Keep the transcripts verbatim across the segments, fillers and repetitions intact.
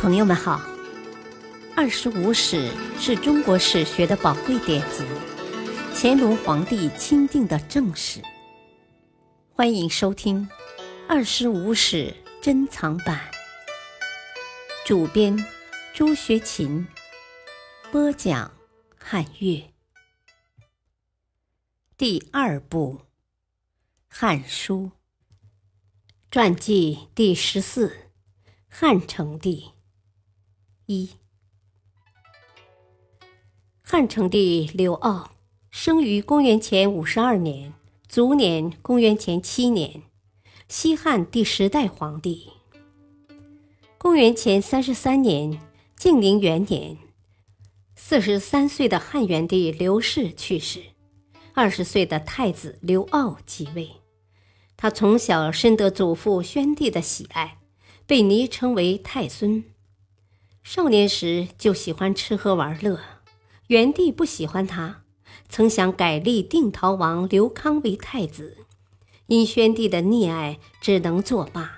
朋友们好，二十五史是中国史学的宝贵典籍，乾隆皇帝钦定的正史。欢迎收听二十五史珍藏版，主编朱学勤，播讲汉乐。第二部《汉书》传记第十四，汉成帝。一，汉成帝刘骜生于公元前五十二年，卒年公元前七年，西汉第十代皇帝。公元前三十三年，晋宁元年，四十三岁的汉元帝刘氏去世，二十岁的太子刘骜即位。他从小深得祖父宣帝的喜爱，被昵称为太孙。少年时就喜欢吃喝玩乐，元帝不喜欢他，曾想改立定陶王刘康为太子，因宣帝的溺爱，只能作罢。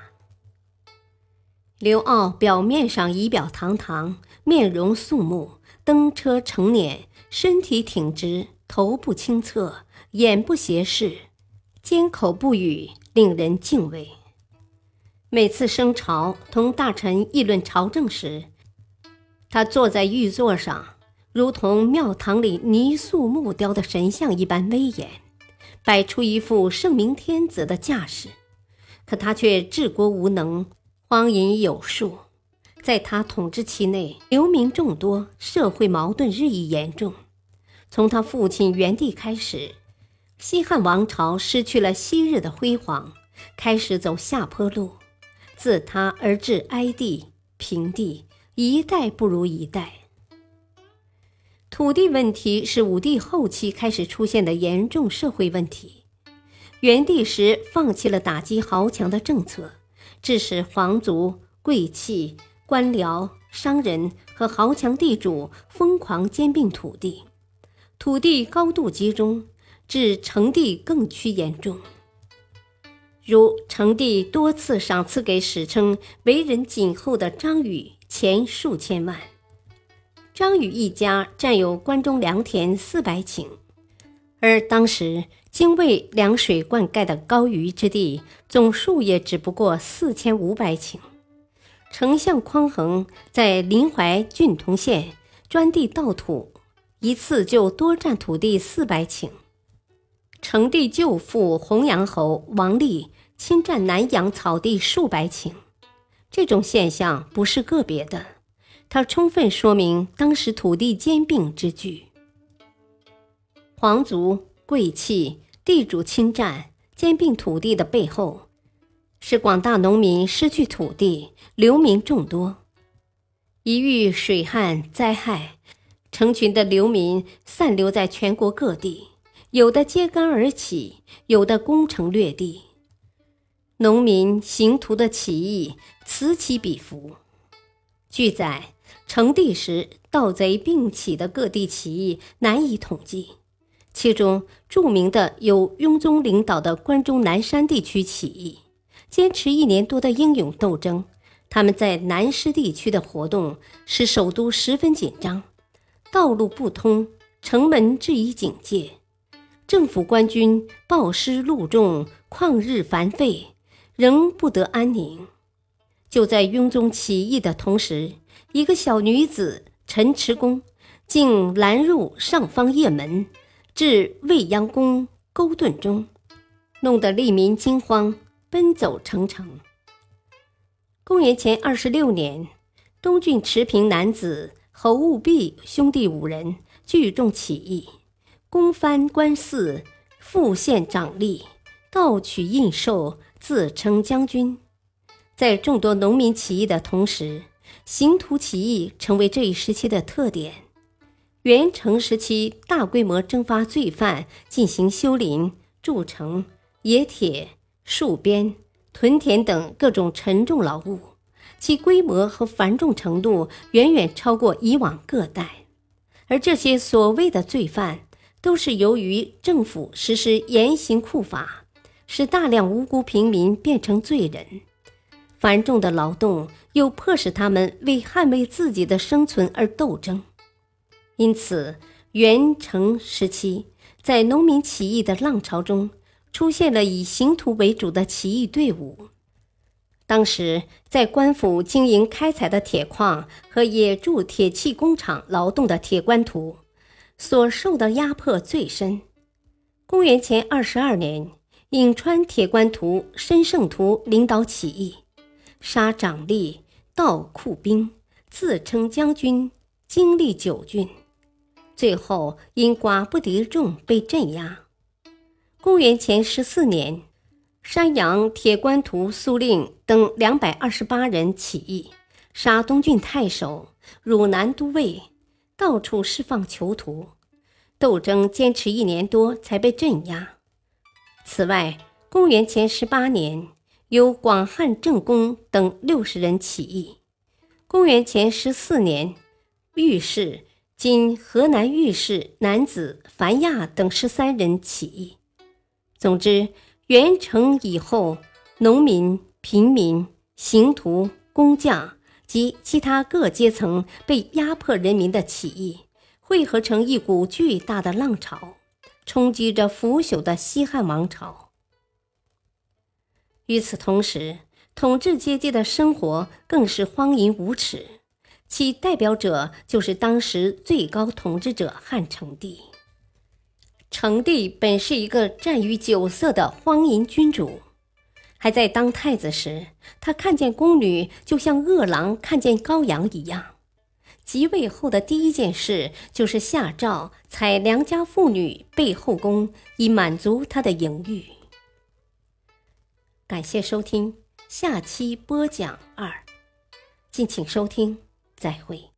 刘骜表面上仪表堂堂，面容肃穆，登车成辇，身体挺直，头部清侧，眼不斜视，缄口不语，令人敬畏。每次升朝同大臣议论朝政时，他坐在御座上，如同庙堂里泥塑木雕的神像一般威严，摆出一副圣明天子的架势。可他却治国无能，荒淫有术。在他统治期内，流民众多，社会矛盾日益严重。从他父亲元帝开始，西汉王朝失去了昔日的辉煌，开始走下坡路。自他而至哀帝、平帝，一代不如一代。土地问题是武帝后期开始出现的严重社会问题。元帝时放弃了打击豪强的政策，致使皇族、贵戚、官僚、商人和豪强地主疯狂兼并土地，土地高度集中，致成帝更趋严重。如成帝多次赏赐给史称为人谨厚的张禹钱数千万。张禹一家占有关中良田四百顷，而当时经渭凉水灌溉的高虞之地总数也只不过四千五百顷。丞相匡衡在临淮郡同县专地盗土，一次就多占土地四百顷。成帝舅父洪阳侯王立侵占南阳草地数百顷，这种现象不是个别的，它充分说明当时土地兼并之举。皇族、贵戚、地主侵占、兼并土地的背后，是广大农民失去土地，流民众多。一遇水旱灾害，成群的流民散流在全国各地，有的揭竿而起，有的攻城略地。农民行徒的起义此起彼伏。据载，成帝时盗贼并起的各地起义难以统计，其中著名的有雍宗领导的关中南山地区起义，坚持一年多的英勇斗争。他们在南师地区的活动使首都十分紧张，道路不通，城门置以警戒，政府官军暴尸戮众，旷日繁费，仍不得安宁。就在雍宗起义的同时，一个小女子陈池公竟拦入上方驿门，至未央宫沟顿中，弄得吏民惊慌，奔走成城。公元前二十六年，东郡持平男子侯务弼兄弟五人聚众起义，攻藩官寺，复县长吏，盗取印绶，自称将军。在众多农民起义的同时，刑徒起义成为这一时期的特点。元成时期大规模征发罪犯，进行修林、筑城、冶铁、戍边、屯田等各种沉重劳务，其规模和繁重程度远远超过以往各代。而这些所谓的罪犯，都是由于政府实施严刑酷法，使大量无辜平民变成罪人。 繁重的劳动又迫使他们为捍卫自己的生存而斗争。因此，元成时期，在农民起义的浪潮中，出现了以刑徒为主的起义队伍。当时，在官府经营开采的铁矿和野筑铁器工厂劳动的铁官徒，所受的压迫最深。公元前二十二年，颍川铁官徒申圣图领导起义，杀长吏、盗库兵，自称将军，经历九郡，最后因寡不敌众被镇压。公元前十四年，山阳铁官徒苏令等两百二十八人起义，杀东郡太守、汝南都尉，到处释放囚徒，斗争坚持一年多才被镇压。此外，公元前十八年，有广汉正公等六十人起义。公元前十四年，御史今河南御史男子樊亚等十三人起义。总之，元成以后，农民、平民、刑徒、工匠及其他各阶层被压迫人民的起义，汇合成一股巨大的浪潮，冲击着腐朽的西汉王朝。与此同时，统治阶级的生活更是荒淫无耻，其代表者就是当时最高统治者汉成帝。成帝本是一个占于酒色的荒淫君主，还在当太子时，他看见宫女就像饿狼看见羔羊一样。即位后的第一件事就是下诏采良家妇女备后宫，以满足他的淫欲。感谢收听，下期播讲二，敬请收听，再会。